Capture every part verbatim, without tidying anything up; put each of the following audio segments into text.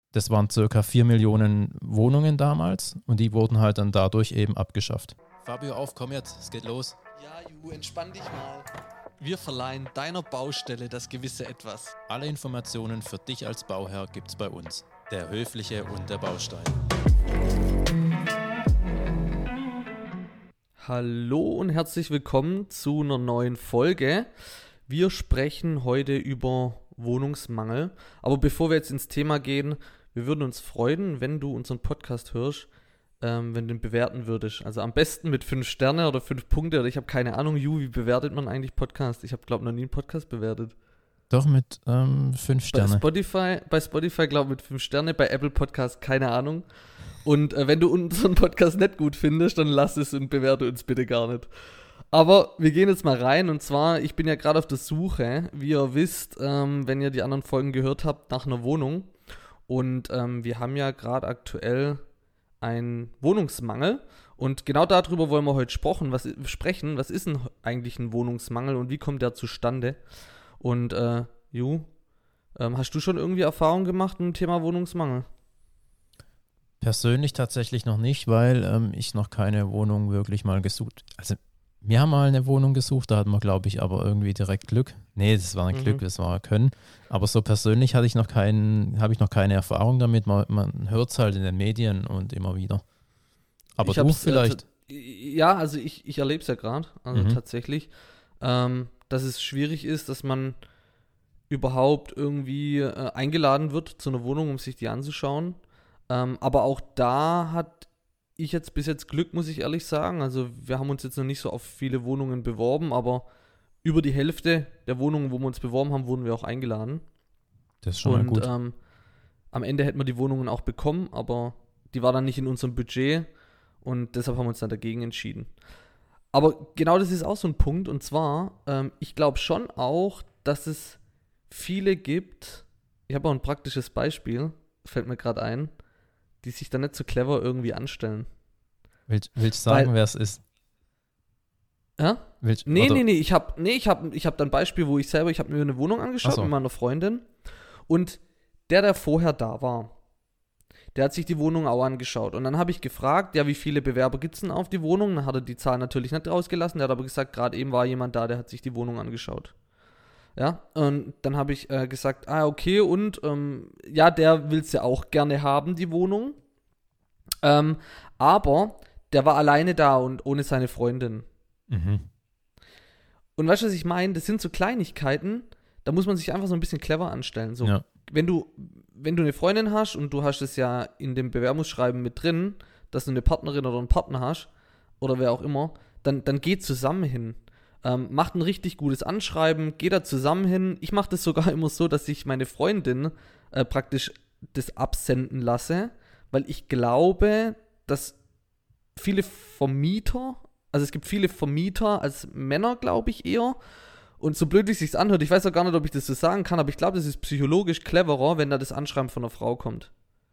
Das waren circa vier Millionen Wohnungen damals und die wurden halt dann dadurch eben abgeschafft. Fabio, auf, komm jetzt, es geht los. Ja, Ju, entspann dich mal. Wir verleihen deiner Baustelle das gewisse Etwas. Alle Informationen für dich als Bauherr gibt's bei uns. Der Höfliche und der Baustein. Hallo und herzlich willkommen zu einer neuen Folge. Wir sprechen heute über Wohnungsmangel. Aber bevor wir jetzt ins Thema gehen, wir würden uns freuen, wenn du unseren Podcast hörst, ähm, wenn du ihn bewerten würdest. Also am besten mit fünf Sterne oder fünf Punkte. Oder ich habe keine Ahnung, Ju, wie bewertet man eigentlich Podcast? Ich habe, glaube ich, noch nie einen Podcast bewertet. Doch, mit ähm, fünf Sterne. Bei Spotify, bei Spotify glaube ich, mit fünf Sterne. Bei Apple Podcast, keine Ahnung. Und äh, wenn du unseren Podcast nicht gut findest, dann lass es und bewerte uns bitte gar nicht. Aber wir gehen jetzt mal rein. Und zwar, ich bin ja gerade auf der Suche, wie ihr wisst, ähm, wenn ihr die anderen Folgen gehört habt, nach einer Wohnung. Und ähm, wir haben ja gerade aktuell einen Wohnungsmangel. Und genau darüber wollen wir heute sprechen. Was, sprechen. Was ist denn eigentlich ein Wohnungsmangel und wie kommt der zustande? Und äh, Ju, ähm, hast du schon irgendwie Erfahrung gemacht mit dem Thema Wohnungsmangel? Persönlich tatsächlich noch nicht, weil ähm, ich noch keine Wohnung wirklich mal gesucht. Also wir haben mal eine Wohnung gesucht, da hatten wir, glaube ich, aber irgendwie direkt Glück. Nee, das war nicht Mhm. Glück, das war Können. Aber so persönlich hatte ich noch keinen, habe ich noch keine Erfahrung damit. Man, man hört es halt in den Medien und immer wieder. Aber Ich du hab's, vielleicht. Äh, ja, also ich, ich erlebe es ja gerade, also Mhm. tatsächlich, ähm, dass es schwierig ist, dass man überhaupt irgendwie äh, eingeladen wird zu einer Wohnung, um sich die anzuschauen. Ähm, aber auch da hat ich jetzt bis jetzt Glück, muss ich ehrlich sagen. Also wir haben uns jetzt noch nicht so auf viele Wohnungen beworben, aber über die Hälfte der Wohnungen, wo wir uns beworben haben, wurden wir auch eingeladen. Das ist schon mal Und gut. ähm, am Ende hätten wir die Wohnungen auch bekommen, aber die war dann nicht in unserem Budget und deshalb haben wir uns dann dagegen entschieden. Aber genau das ist auch so ein Punkt, und zwar, ähm, ich glaube schon auch, dass es viele gibt, ich habe auch ein praktisches Beispiel, fällt mir gerade ein, die sich dann nicht so clever irgendwie anstellen. Willst, willst du sagen, weil- wer es ist? Ja? Willst, Nee, oder- nee, nee, ich habe nee, ich hab, ich hab dann ein Beispiel, wo ich selber, ich habe mir eine Wohnung angeschaut Ach so. mit meiner Freundin, und der, der vorher da war, der hat sich die Wohnung auch angeschaut. Und dann habe ich gefragt, ja, wie viele Bewerber gibt es denn auf die Wohnung? Dann hat er die Zahl natürlich nicht rausgelassen, der hat aber gesagt, gerade eben war jemand da, der hat sich die Wohnung angeschaut. Ja, und dann habe ich äh, gesagt, ah, okay, und ähm, ja, der will es ja auch gerne haben, die Wohnung. Ähm, aber der war alleine da und ohne seine Freundin. Mhm. Und weißt du, was ich meine? Das sind so Kleinigkeiten, da muss man sich einfach so ein bisschen clever anstellen. So, Ja. wenn du, wenn du eine Freundin hast und du hast es ja in dem Bewerbungsschreiben mit drin, dass du eine Partnerin oder einen Partner hast, oder wer auch immer, dann, dann geht zusammen hin. Ähm, macht ein richtig gutes Anschreiben, geht da zusammen hin. Ich mache das sogar immer so, dass ich meine Freundin äh, praktisch das absenden lasse, weil ich glaube, dass viele Vermieter, also es gibt viele Vermieter als Männer, glaube ich eher, und so blöd wie es sich anhört, ich weiß auch gar nicht, ob ich das so sagen kann, aber ich glaube, das ist psychologisch cleverer, wenn da das Anschreiben von einer Frau kommt.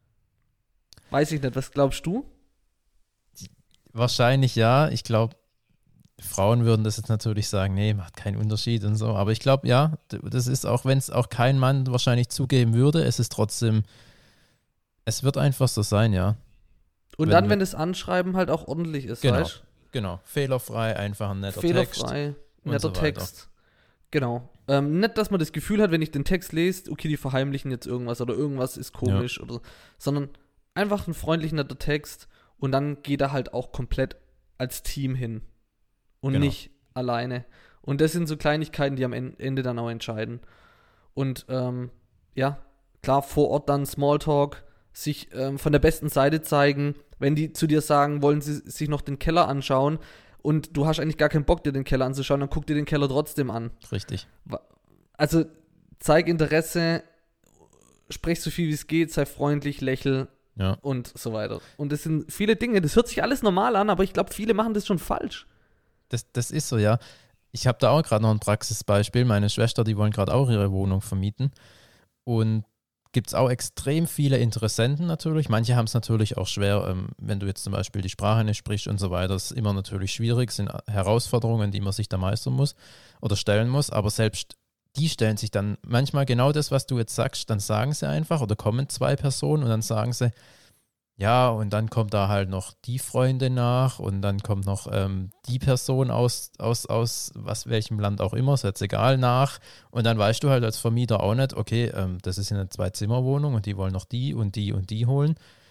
Weiß ich nicht, was glaubst du? Wahrscheinlich ja. Ich glaube, Frauen würden das jetzt natürlich sagen, nee, macht keinen Unterschied und so. Aber ich glaube, ja, d- das ist auch, wenn es auch kein Mann wahrscheinlich zugeben würde, es ist trotzdem, es wird einfach so sein, ja. Und Wenn dann, wir- wenn das Anschreiben halt auch ordentlich ist, Genau. weißt Genau, fehlerfrei, einfach ein du? netter Text. Fehlerfrei, und netter so weiter. Text. Genau. Ähm, nicht, dass man das Gefühl hat, wenn ich den Text lese, okay, die verheimlichen jetzt irgendwas oder irgendwas ist komisch oder so, sondern einfach ein freundlich netter Text, und dann geht er halt auch komplett als Team hin und Genau. nicht alleine. Und das sind so Kleinigkeiten, die am En- Ende dann auch entscheiden. Und ähm, ja, klar, vor Ort dann Smalltalk, sich ähm, von der besten Seite zeigen. Wenn die zu dir sagen, wollen sie sich noch den Keller anschauen und du hast eigentlich gar keinen Bock, dir den Keller anzuschauen, dann guck dir den Keller trotzdem an. Richtig. Also zeig Interesse, sprech so viel wie es geht, sei freundlich, lächel Ja. und so weiter. Und das sind viele Dinge, das hört sich alles normal an, aber ich glaube, viele machen das schon falsch. Das, das ist so, ja. Ich habe da auch gerade noch ein Praxisbeispiel. Meine Schwester, die wollen gerade auch ihre Wohnung vermieten. Und gibt es auch extrem viele Interessenten natürlich. Manche haben es natürlich auch schwer, ähm, wenn du jetzt zum Beispiel die Sprache nicht sprichst und so weiter. Das ist immer natürlich schwierig, sind Herausforderungen, die man sich da meistern muss oder stellen muss. Aber selbst die stellen sich dann manchmal genau das, was du jetzt sagst, dann sagen sie einfach oder kommen zwei Personen und dann sagen sie, ja, und dann kommt da halt noch die Freundin nach und dann kommt noch ähm, die Person aus, aus, aus was, welchem Land auch immer, ist jetzt egal, nach. Und dann weißt du halt als Vermieter auch nicht, okay, ähm, das ist eine Zwei-Zimmer-Wohnung und die wollen noch die und die und die holen.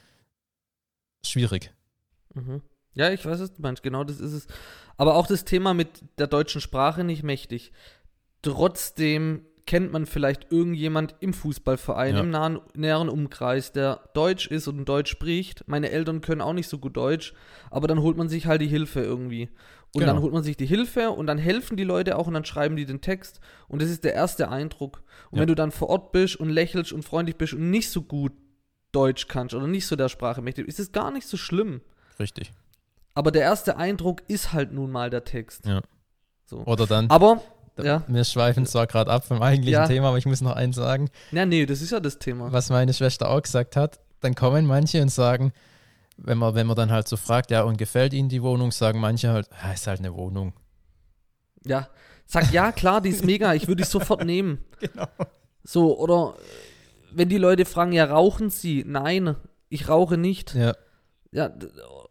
Schwierig. Mhm. Ja, ich weiß, was du meinst, genau das ist es. Aber auch das Thema mit der deutschen Sprache nicht mächtig. Trotzdem kennt man vielleicht irgendjemand im Fußballverein, Ja. im nahen, näheren Umkreis, der Deutsch ist und Deutsch spricht. Meine Eltern können auch nicht so gut Deutsch, aber dann holt man sich halt die Hilfe irgendwie. Und Genau. dann holt man sich die Hilfe und dann helfen die Leute auch und dann schreiben die den Text. Und das ist der erste Eindruck. Und Ja. wenn du dann vor Ort bist und lächelst und freundlich bist und nicht so gut Deutsch kannst oder nicht so der Sprache mächtig, ist es gar nicht so schlimm. Richtig. Aber der erste Eindruck ist halt nun mal der Text. Ja. So. Oder dann, Aber, da, ja. wir schweifen zwar gerade ab vom eigentlichen Ja. Thema, aber ich muss noch eins sagen, Ja, nee, das ist ja das Thema. was meine Schwester auch gesagt hat. Dann kommen manche und sagen, wenn man, wenn man dann halt so fragt, ja, und gefällt Ihnen die Wohnung, sagen manche halt, ja, ist halt eine Wohnung. Ja. Sag, ja, klar, die ist mega, ich würde die sofort nehmen. Genau. So, oder wenn die Leute fragen, ja, rauchen Sie? Nein, ich rauche nicht. Ja, Ja, d-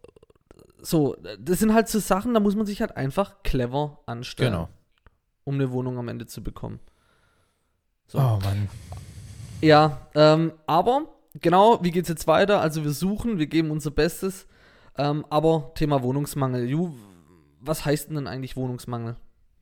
so, das sind halt so Sachen, da muss man sich halt einfach clever anstellen, genau. um eine Wohnung am Ende zu bekommen. So. Oh Mann. Ja, ähm, aber genau, wie geht's jetzt weiter? Also wir suchen, wir geben unser Bestes, ähm, aber Thema Wohnungsmangel. Ju, was heißt denn, denn eigentlich Wohnungsmangel?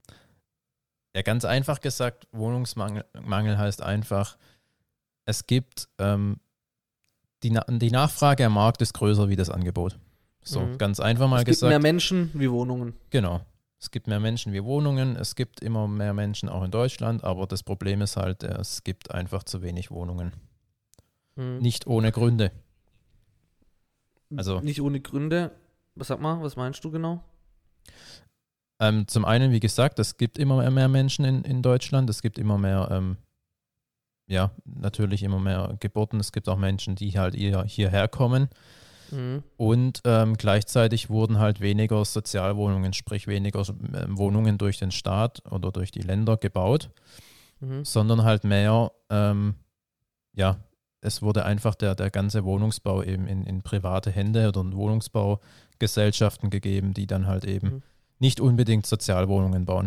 Ja, ganz einfach gesagt, Wohnungsmangel Mangel heißt einfach, es gibt, ähm, die, Na die Nachfrage am Markt ist größer wie das Angebot. So, Mhm. ganz einfach mal Es gibt gesagt. mehr Menschen wie Wohnungen. Genau. Es gibt mehr Menschen wie Wohnungen, es gibt immer mehr Menschen auch in Deutschland, aber das Problem ist halt, äh, es gibt einfach zu wenig Wohnungen. Mhm. Nicht ohne Gründe. Also- Nicht ohne Gründe. Was sag mal, was meinst du genau? Ähm, zum einen, wie gesagt, es gibt immer mehr- mehr Menschen in, in Deutschland, es gibt immer mehr, ähm, ja, natürlich immer mehr Geburten, es gibt auch Menschen, die halt hier, hierher kommen Mhm. und ähm, gleichzeitig wurden halt weniger Sozialwohnungen, sprich weniger ähm, Wohnungen durch den Staat oder durch die Länder gebaut, Mhm. sondern halt mehr, ähm, ja, es wurde einfach der, der ganze Wohnungsbau eben in, in private Hände oder in Wohnungsbaugesellschaften gegeben, die dann halt eben Mhm. nicht unbedingt Sozialwohnungen bauen.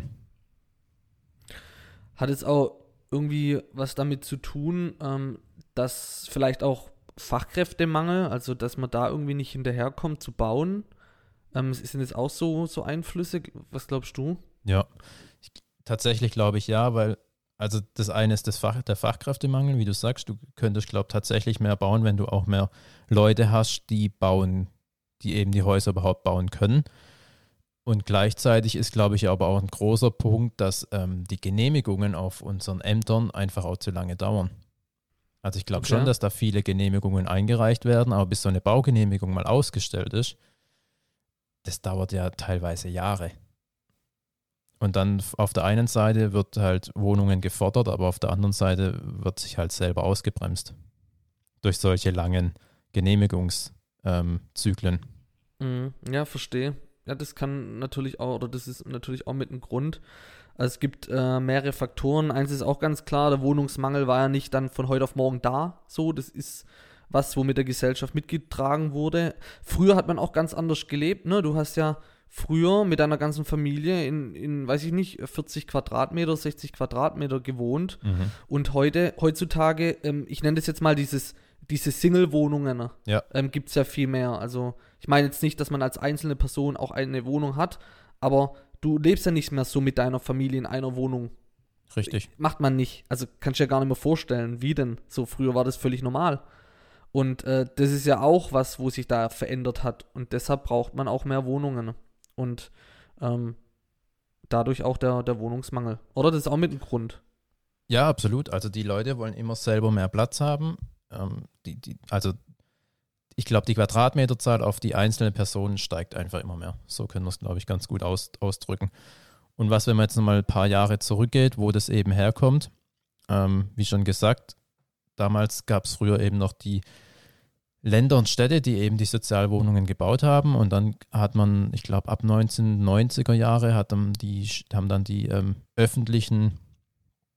Hat es auch irgendwie was damit zu tun, ähm, dass vielleicht auch Fachkräftemangel, also dass man da irgendwie nicht hinterherkommt zu bauen? Ähm, sind jetzt auch so, so Einflüsse? Was glaubst du? Ja, ich, tatsächlich glaube ich ja, weil, also das eine ist das Fach, der Fachkräftemangel, wie du sagst, du könntest, glaube ich, tatsächlich mehr bauen, wenn du auch mehr Leute hast, die bauen, die eben die Häuser überhaupt bauen können. Und gleichzeitig ist, glaube ich, aber auch ein großer Punkt, dass ähm, die Genehmigungen auf unseren Ämtern einfach auch zu lange dauern. Also ich glaube Okay. schon, dass da viele Genehmigungen eingereicht werden, aber bis so eine Baugenehmigung mal ausgestellt ist, das dauert ja teilweise Jahre. Und dann f- auf der einen Seite wird halt Wohnungen gefordert, aber auf der anderen Seite wird sich halt selber ausgebremst durch solche langen Genehmigungszyklen. Mhm. Ja, verstehe. Ja, das kann natürlich auch, oder das ist natürlich auch mit ein Grund. Also es gibt äh, mehrere Faktoren. Eins ist auch ganz klar, der Wohnungsmangel war ja nicht dann von heute auf morgen da. So, das ist was, wo mit der Gesellschaft mitgetragen wurde. Früher hat man auch ganz anders gelebt, ne? Du hast ja früher mit deiner ganzen Familie in, in, weiß ich nicht, vierzig Quadratmeter, sechzig Quadratmeter gewohnt. Mhm. Und heute, heutzutage, ähm, ich nenne das jetzt mal dieses, diese Single-Wohnungen, ne? Ja. ähm, gibt es ja viel mehr. Also ich meine jetzt nicht, dass man als einzelne Person auch eine Wohnung hat, aber du lebst ja nicht mehr so mit deiner Familie in einer Wohnung. Richtig. Macht man nicht. Also kannst du dir gar nicht mehr vorstellen, wie denn? So früher war das völlig normal. Und äh, das ist ja auch was, wo sich da verändert hat. Und deshalb braucht man auch mehr Wohnungen. Und ähm, dadurch auch der, der Wohnungsmangel. Oder das ist auch mit ein Grund. Ja, absolut. Also die Leute wollen immer selber mehr Platz haben. Ähm, die, die, also ich glaube, die Quadratmeterzahl auf die einzelne Person steigt einfach immer mehr. So können wir es, glaube ich, ganz gut aus, ausdrücken. Und was, wenn man jetzt nochmal ein paar Jahre zurückgeht, wo das eben herkommt, ähm, wie schon gesagt, damals gab es früher eben noch die Länder und Städte, die eben die Sozialwohnungen gebaut haben. Und dann hat man, ich glaube, ab neunzehnhundertneunziger Jahre hat dann die, haben dann die ähm, öffentlichen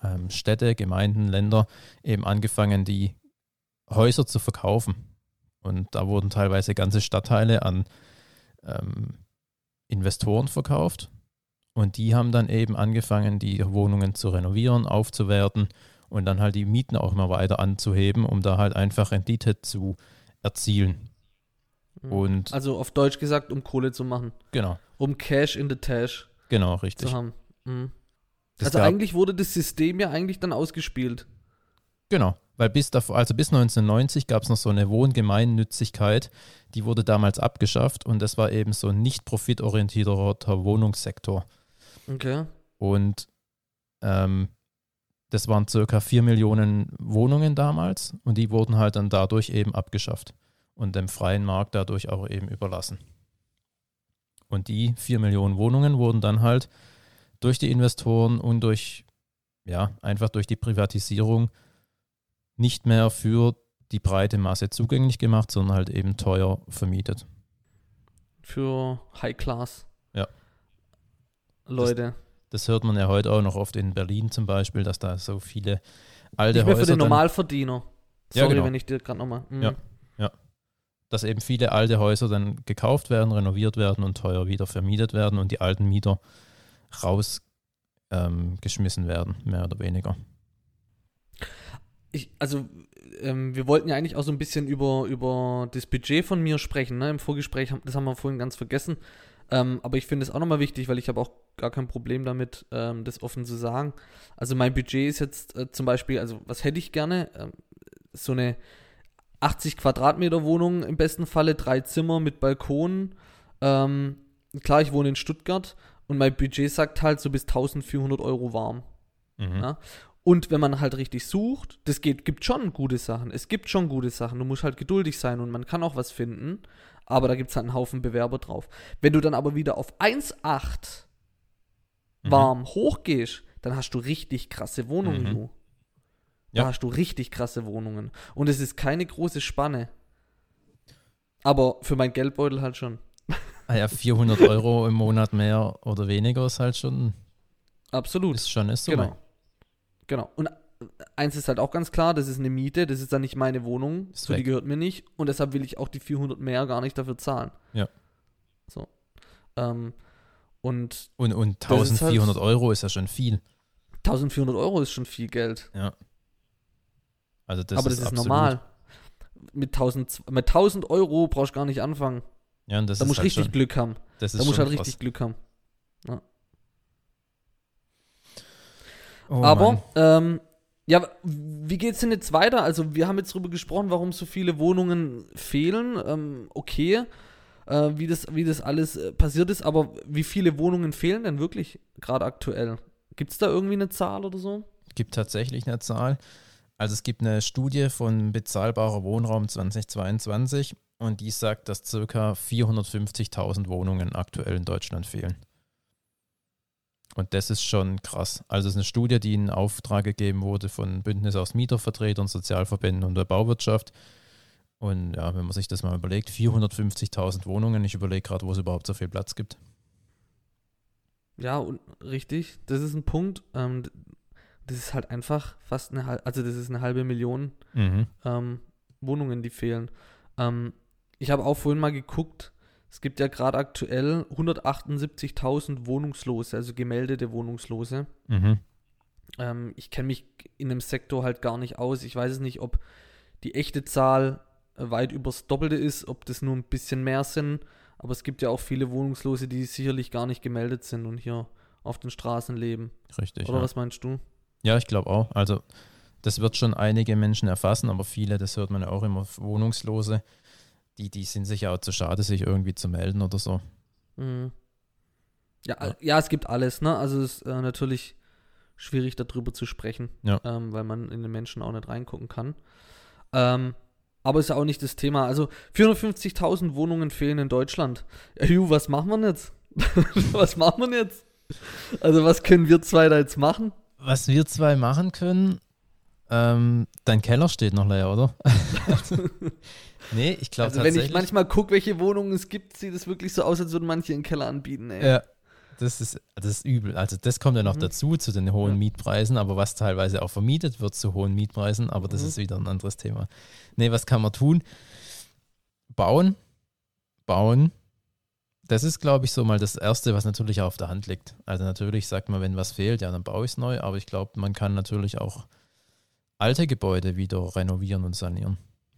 ähm, Städte, Gemeinden, Länder eben angefangen, die Häuser zu verkaufen. Und da wurden teilweise ganze Stadtteile an ähm, Investoren verkauft. Und die haben dann eben angefangen, die Wohnungen zu renovieren, aufzuwerten und dann halt die Mieten auch immer weiter anzuheben, um da halt einfach Rendite zu erzielen. Und also auf Deutsch gesagt, um Kohle zu machen. Genau. Um Cash in the Tash Genau, richtig. zu haben. Mhm. Das Also gab, eigentlich wurde das System ja eigentlich dann ausgespielt. Genau, weil bis davor, also bis neunzehnhundertneunzig gab es noch so eine Wohngemeinnützigkeit, die wurde damals abgeschafft und das war eben so ein nicht profitorientierter Wohnungssektor. Okay. Und ähm, das waren circa vier Millionen Wohnungen damals und die wurden halt dann dadurch eben abgeschafft und dem freien Markt dadurch auch eben überlassen. Und die vier Millionen Wohnungen wurden dann halt durch die Investoren und durch, ja, einfach durch die Privatisierung nicht mehr für die breite Masse zugänglich gemacht, sondern halt eben teuer vermietet. Für High Class. Ja. Leute. Das, das hört man ja heute auch noch oft in Berlin zum Beispiel, dass da so viele alte Nicht mehr Häuser für den dann, Normalverdiener. Sorry, Ja, genau. wenn ich dir gerade nochmal... Mhm. Ja. dass eben viele alte Häuser dann gekauft werden, renoviert werden und teuer wieder vermietet werden und die alten Mieter rausgeschmissen ähm, werden, mehr oder weniger. Ich, also, ähm, wir wollten ja eigentlich auch so ein bisschen über, über das Budget von mir sprechen, ne? Im Vorgespräch, das haben wir vorhin ganz vergessen. Ähm, aber ich finde es auch nochmal wichtig, weil ich habe auch gar kein Problem damit, ähm, das offen zu sagen. Also mein Budget ist jetzt äh, zum Beispiel, also was hätte ich gerne? Ähm, so eine achtzig Quadratmeter Wohnung im besten Falle, drei Zimmer mit Balkon. Ähm, klar, ich wohne in Stuttgart und mein Budget sagt halt so bis eintausendvierhundert Euro warm. Mhm. Ja? Und wenn man halt richtig sucht, das geht, gibt schon gute Sachen. Es gibt schon gute Sachen. Du musst halt geduldig sein und man kann auch was finden. Aber da gibt es halt einen Haufen Bewerber drauf. Wenn du dann aber wieder auf eins Komma acht Mhm. warm hochgehst, dann hast du richtig krasse Wohnungen, Mhm. du. Da Ja. hast du richtig krasse Wohnungen. Und es ist keine große Spanne. Aber für mein Geldbeutel halt schon. Ah ja, vierhundert Euro im Monat mehr oder weniger ist halt schon, Absolut. ist schon eine Summe. Genau. Genau. Und eins ist halt auch ganz klar, das ist eine Miete, das ist dann nicht meine Wohnung, Ist so die weg. gehört mir nicht und deshalb will ich auch die vierhundert mehr gar nicht dafür zahlen. Ja. So. Ähm, und Und, und Das ist halt- eintausendvierhundert Euro ist ja schon viel. eintausendvierhundert Euro ist schon viel Geld. Ja. Also das aber ist das ist absolut, normal. Mit tausend, mit tausend Euro brauchst du gar nicht anfangen. Ja, und das Da ist musst du halt richtig schon, Glück haben. das ist Da musst du schon halt krass. richtig Glück haben. Oh, Aber, Mann. ähm, ja, wie geht's denn jetzt weiter? Also, wir haben jetzt drüber gesprochen, warum so viele Wohnungen fehlen. Ähm, okay, äh, wie, das, wie das alles äh, passiert ist, aber wie viele Wohnungen fehlen denn wirklich gerade aktuell? Gibt's da irgendwie eine Zahl oder so? Gibt tatsächlich eine Zahl. Also es gibt eine Studie von bezahlbarer Wohnraum zweitausendzweiundzwanzig und die sagt, dass ca. vierhundertfünfzigtausend Wohnungen aktuell in Deutschland fehlen. Und das ist schon krass. Also es ist eine Studie, die in Auftrag gegeben wurde von Bündnis aus Mietervertretern, Sozialverbänden und der Bauwirtschaft. Und ja, wenn man sich das mal überlegt, vierhundertfünfzigtausend Wohnungen, ich überlege gerade, wo es überhaupt so viel Platz gibt. Ja, und richtig, das ist ein Punkt. Ähm, das ist halt einfach fast eine halbe, also das ist eine halbe Million Mhm. ähm, Wohnungen, die fehlen. Ähm, ich habe auch vorhin mal geguckt, es gibt ja gerade aktuell hundertachtundsiebzigtausend Wohnungslose, also gemeldete Wohnungslose. Mhm. Ähm, ich kenne mich in dem Sektor halt gar nicht aus. Ich weiß es nicht, ob die echte Zahl äh, weit übers Doppelte ist, ob das nur ein bisschen mehr sind. Aber es gibt ja auch viele Wohnungslose, die sicherlich gar nicht gemeldet sind und hier auf den Straßen leben. Richtig. Oder ja. was meinst du? Ja, ich glaube auch. Also das wird schon einige Menschen erfassen, aber viele, das hört man ja auch immer, Wohnungslose, die, die sind sich ja auch zu schade, sich irgendwie zu melden oder so. Mhm. Ja, Ja. ja. ja, es gibt alles, ne? Also es ist äh, natürlich schwierig darüber zu sprechen, Ja. ähm, weil man in den Menschen auch nicht reingucken kann. Ähm, aber ist ja auch nicht das Thema. Also vierhundertfünfzigtausend Wohnungen fehlen in Deutschland. Ja, Ju, was machen wir jetzt? Was machen wir jetzt? Also was können wir zwei da jetzt machen? Was wir zwei machen können, ähm, dein Keller steht noch leer, oder? Nee, ich glaube Also wenn tatsächlich. ich manchmal gucke, welche Wohnungen es gibt, sieht es wirklich so aus, als würden manche einen Keller anbieten, ey. ja, das ist, das ist übel. Also das kommt ja noch Mhm. dazu zu den hohen Ja. Mietpreisen, aber was teilweise auch vermietet wird zu hohen Mietpreisen, aber das Mhm. ist wieder ein anderes Thema. Nee, was kann man tun? Bauen, bauen. Das ist, glaube ich, so mal das Erste, was natürlich auf der Hand liegt. Also natürlich sagt man, wenn was fehlt, ja, dann baue ich es neu, aber ich glaube, man kann natürlich auch alte Gebäude wieder renovieren und sanieren.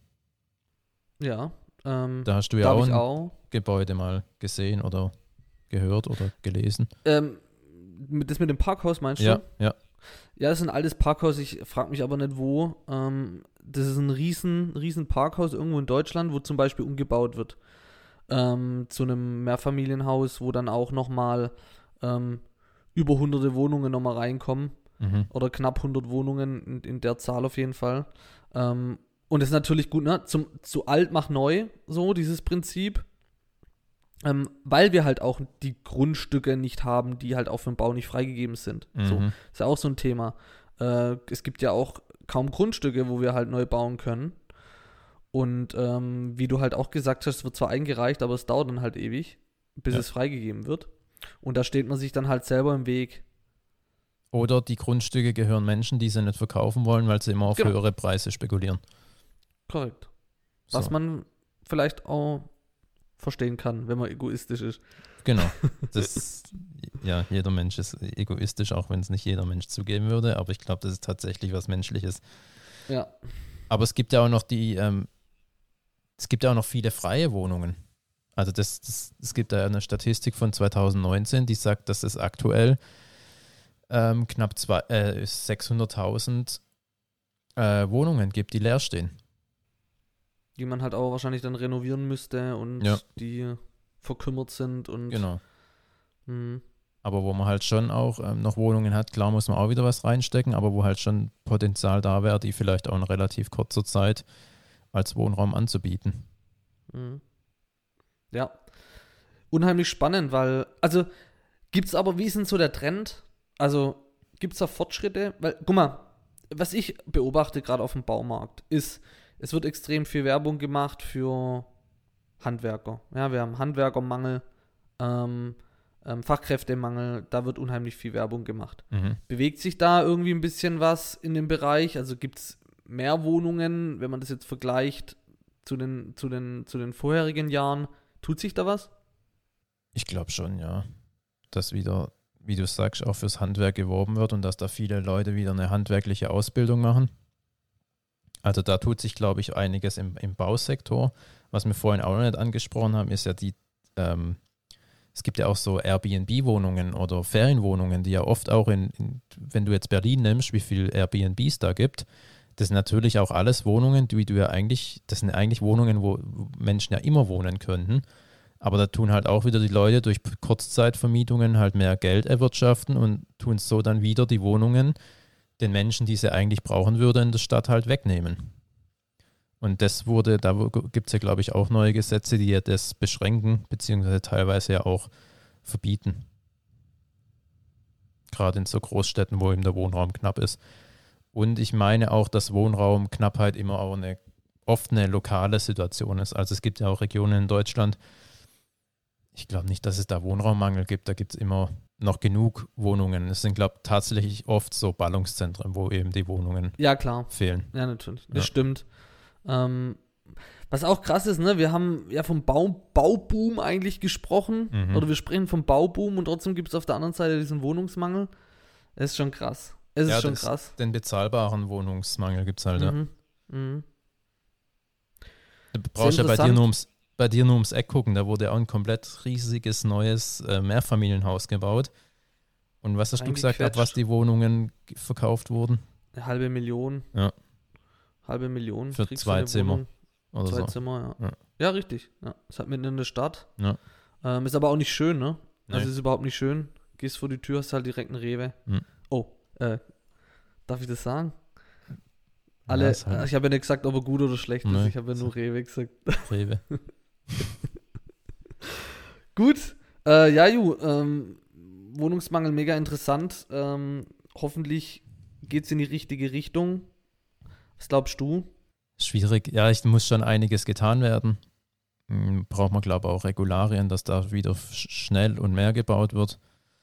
Ja. Ähm, Da hast du ja da auch habe ich ein auch. Gebäude mal gesehen oder gehört oder gelesen. Ähm, mit- das mit dem Parkhaus meinst du? Ja, ja. Ja, das ist ein altes Parkhaus, ich frage mich aber nicht wo. Ähm, das ist ein riesen, riesen Parkhaus irgendwo in Deutschland, wo zum Beispiel umgebaut wird. Ähm, zu einem Mehrfamilienhaus, wo dann auch nochmal ähm, über hunderte Wohnungen nochmal reinkommen. Mhm. Oder knapp hundert Wohnungen in, in der Zahl auf jeden Fall. Ähm, und das ist natürlich gut, ne? Zum, zu alt mach neu, so dieses Prinzip. Ähm, weil wir halt auch die Grundstücke nicht haben, die halt auch für den Bau nicht freigegeben sind. So, Mhm. ist ja auch so ein Thema. Äh, es gibt ja auch kaum Grundstücke, wo wir halt neu bauen können. Und ähm, wie du halt auch gesagt hast, es wird zwar eingereicht, aber es dauert dann halt ewig, bis Ja. es freigegeben wird. Und da steht man sich dann halt selber im Weg. Oder die Grundstücke gehören Menschen, die sie nicht verkaufen wollen, weil sie immer auf Genau. höhere Preise spekulieren. Korrekt. Was So. man vielleicht auch verstehen kann, wenn man egoistisch ist. Genau. Das, ja, jeder Mensch ist egoistisch, auch wenn es nicht jeder Mensch zugeben würde, aber ich glaube, das ist tatsächlich was Menschliches. Ja. Aber es gibt ja auch noch die, ähm, es gibt ja auch noch viele freie Wohnungen. Also das, das, es gibt da eine Statistik von zwanzig neunzehn, die sagt, dass es aktuell ähm, knapp zwei, äh, sechshunderttausend äh, Wohnungen gibt, die leer stehen. Die man halt auch wahrscheinlich dann renovieren müsste und Ja. die verkümmert sind und Genau. mh, Aber wo man halt schon auch ähm, noch Wohnungen hat, klar muss man auch wieder was reinstecken, aber wo halt schon Potenzial da wäre, die vielleicht auch in relativ kurzer Zeit als Wohnraum anzubieten. mh. Ja. Unheimlich spannend, weil, also gibt es aber, wie ist denn so der Trend? Also gibt es da Fortschritte? Weil, guck mal, was ich beobachte gerade auf dem Baumarkt ist, es wird extrem viel Werbung gemacht für Handwerker. Ja, wir haben Handwerkermangel, ähm, ähm, Fachkräftemangel, da wird unheimlich viel Werbung gemacht. Mhm. Bewegt sich da irgendwie ein bisschen was in dem Bereich? Also gibt es mehr Wohnungen, wenn man das jetzt vergleicht zu den, zu den, zu den vorherigen Jahren? Tut sich da was? Ich glaube schon, ja. Dass wieder, wie du sagst, auch fürs Handwerk geworben wird und dass da viele Leute wieder eine handwerkliche Ausbildung machen. Also da tut sich, glaube ich, einiges im, im Bausektor. Was wir vorhin auch noch nicht angesprochen haben, ist ja die, ähm, es gibt ja auch so Airbnb-Wohnungen oder Ferienwohnungen, die ja oft auch in, in, wenn du jetzt Berlin nimmst, wie viel Airbnbs da gibt, das sind natürlich auch alles Wohnungen, die du ja eigentlich, das sind eigentlich Wohnungen, wo Menschen ja immer wohnen könnten. Aber da tun halt auch wieder die Leute durch Kurzzeitvermietungen halt mehr Geld erwirtschaften und tun so dann wieder die Wohnungen den Menschen, die sie eigentlich brauchen würde, in der Stadt halt wegnehmen. Und das wurde, da gibt es ja, glaube ich, auch neue Gesetze, die ja das beschränken, beziehungsweise teilweise ja auch verbieten. Gerade in so Großstädten, wo eben der Wohnraum knapp ist. Und ich meine auch, dass Wohnraumknappheit immer auch eine, oft eine lokale Situation ist. Also es gibt ja auch Regionen in Deutschland, ich glaube nicht, dass es da Wohnraummangel gibt, da gibt es immer noch genug Wohnungen. Es sind, glaube ich, tatsächlich oft so Ballungszentren, wo eben die Wohnungen Ja, klar. fehlen. Ja, natürlich. Das Ja. stimmt. Ähm, was auch krass ist, ne, wir haben ja vom Bau, Bauboom eigentlich gesprochen. Mhm. Oder wir sprechen vom Bauboom und trotzdem gibt es auf der anderen Seite diesen Wohnungsmangel. Es ist schon krass. Es Ja, ist schon das- krass. Den bezahlbaren Wohnungsmangel gibt es halt. Ja. Mhm. Mhm. Du brauchst ja bei dir, interessant. nur ums, bei dir nur ums Eck gucken. Da wurde auch ein komplett riesiges neues äh, Mehrfamilienhaus gebaut. Und was hast du gesagt, ab was Reingequetscht. die Wohnungen g- verkauft wurden? Eine halbe Million. Ja. Halbe Million. Für kriegst du zwei eine Zimmer Wohnung. Oder Zwei so. Zimmer, ja. Ja. Ja, richtig. Ja. Ist halt mitten in der Stadt. Ja. Ähm, ist aber auch nicht schön, ne? Nee. Also ist überhaupt nicht schön. Gehst vor die Tür, hast halt direkt einen Rewe. Hm. Oh, äh, darf ich das sagen? Ja, Alle, ist halt ich habe ja nicht gesagt, ob er gut oder schlecht ist. Nee. Ich habe ja nur Rewe gesagt. Rewe. Gut. Äh, ja, Ju, ähm, Wohnungsmangel mega interessant. Ähm, hoffentlich geht es in die richtige Richtung. Was glaubst du? Schwierig. Ja, es muss schon einiges getan werden. Hm, Braucht man, glaube ich, auch Regularien, dass da wieder f- schnell und mehr gebaut wird.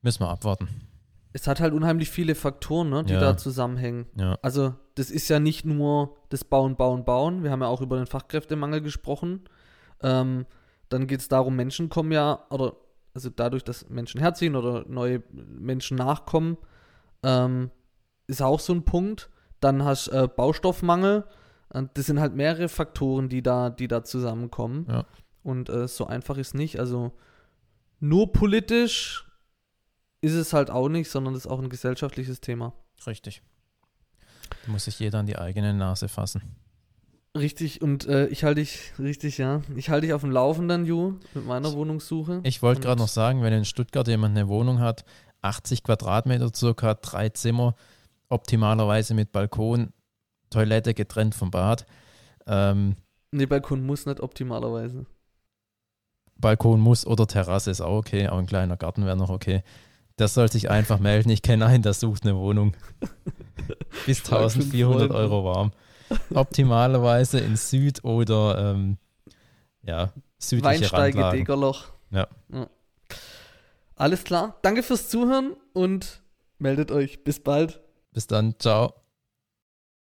Müssen wir abwarten. Es hat halt unheimlich viele Faktoren, ne, die Ja. da zusammenhängen. Ja. Also das ist ja nicht nur das Bauen, Bauen, Bauen. Wir haben ja auch über den Fachkräftemangel gesprochen. Ähm, dann geht es darum, Menschen kommen ja, oder also dadurch, dass Menschen herziehen oder neue Menschen nachkommen, ähm, ist auch so ein Punkt. Dann hast du äh, Baustoffmangel. Und das sind halt mehrere Faktoren, die da, die da zusammenkommen. Ja. Und äh, so einfach ist nicht. Also nur politisch ist es halt auch nicht, sondern das ist auch ein gesellschaftliches Thema. Richtig. Da muss sich jeder an die eigene Nase fassen. Richtig, und äh, ich halte dich, richtig, ja. Ich halte dich auf dem Laufenden, Ju, mit meiner Wohnungssuche. Ich wollte Und- gerade noch sagen, wenn in Stuttgart jemand eine Wohnung hat, achtzig Quadratmeter circa, drei Zimmer, optimalerweise mit Balkon, Toilette getrennt vom Bad. Ähm, Nee, Balkon muss nicht optimalerweise. Balkon muss oder Terrasse ist auch okay, auch ein kleiner Garten wäre noch okay. Der soll sich einfach melden. Ich kenne einen, der sucht eine Wohnung. Bis Frag fünf eintausendvierhundert Freunde. Euro warm. Optimalerweise in Süd- oder ähm, ja, südliche Weinsteige, Randlagen. Degerloch. Ja. ja. Alles klar. Danke fürs Zuhören und meldet euch. Bis bald. Bis dann, ciao.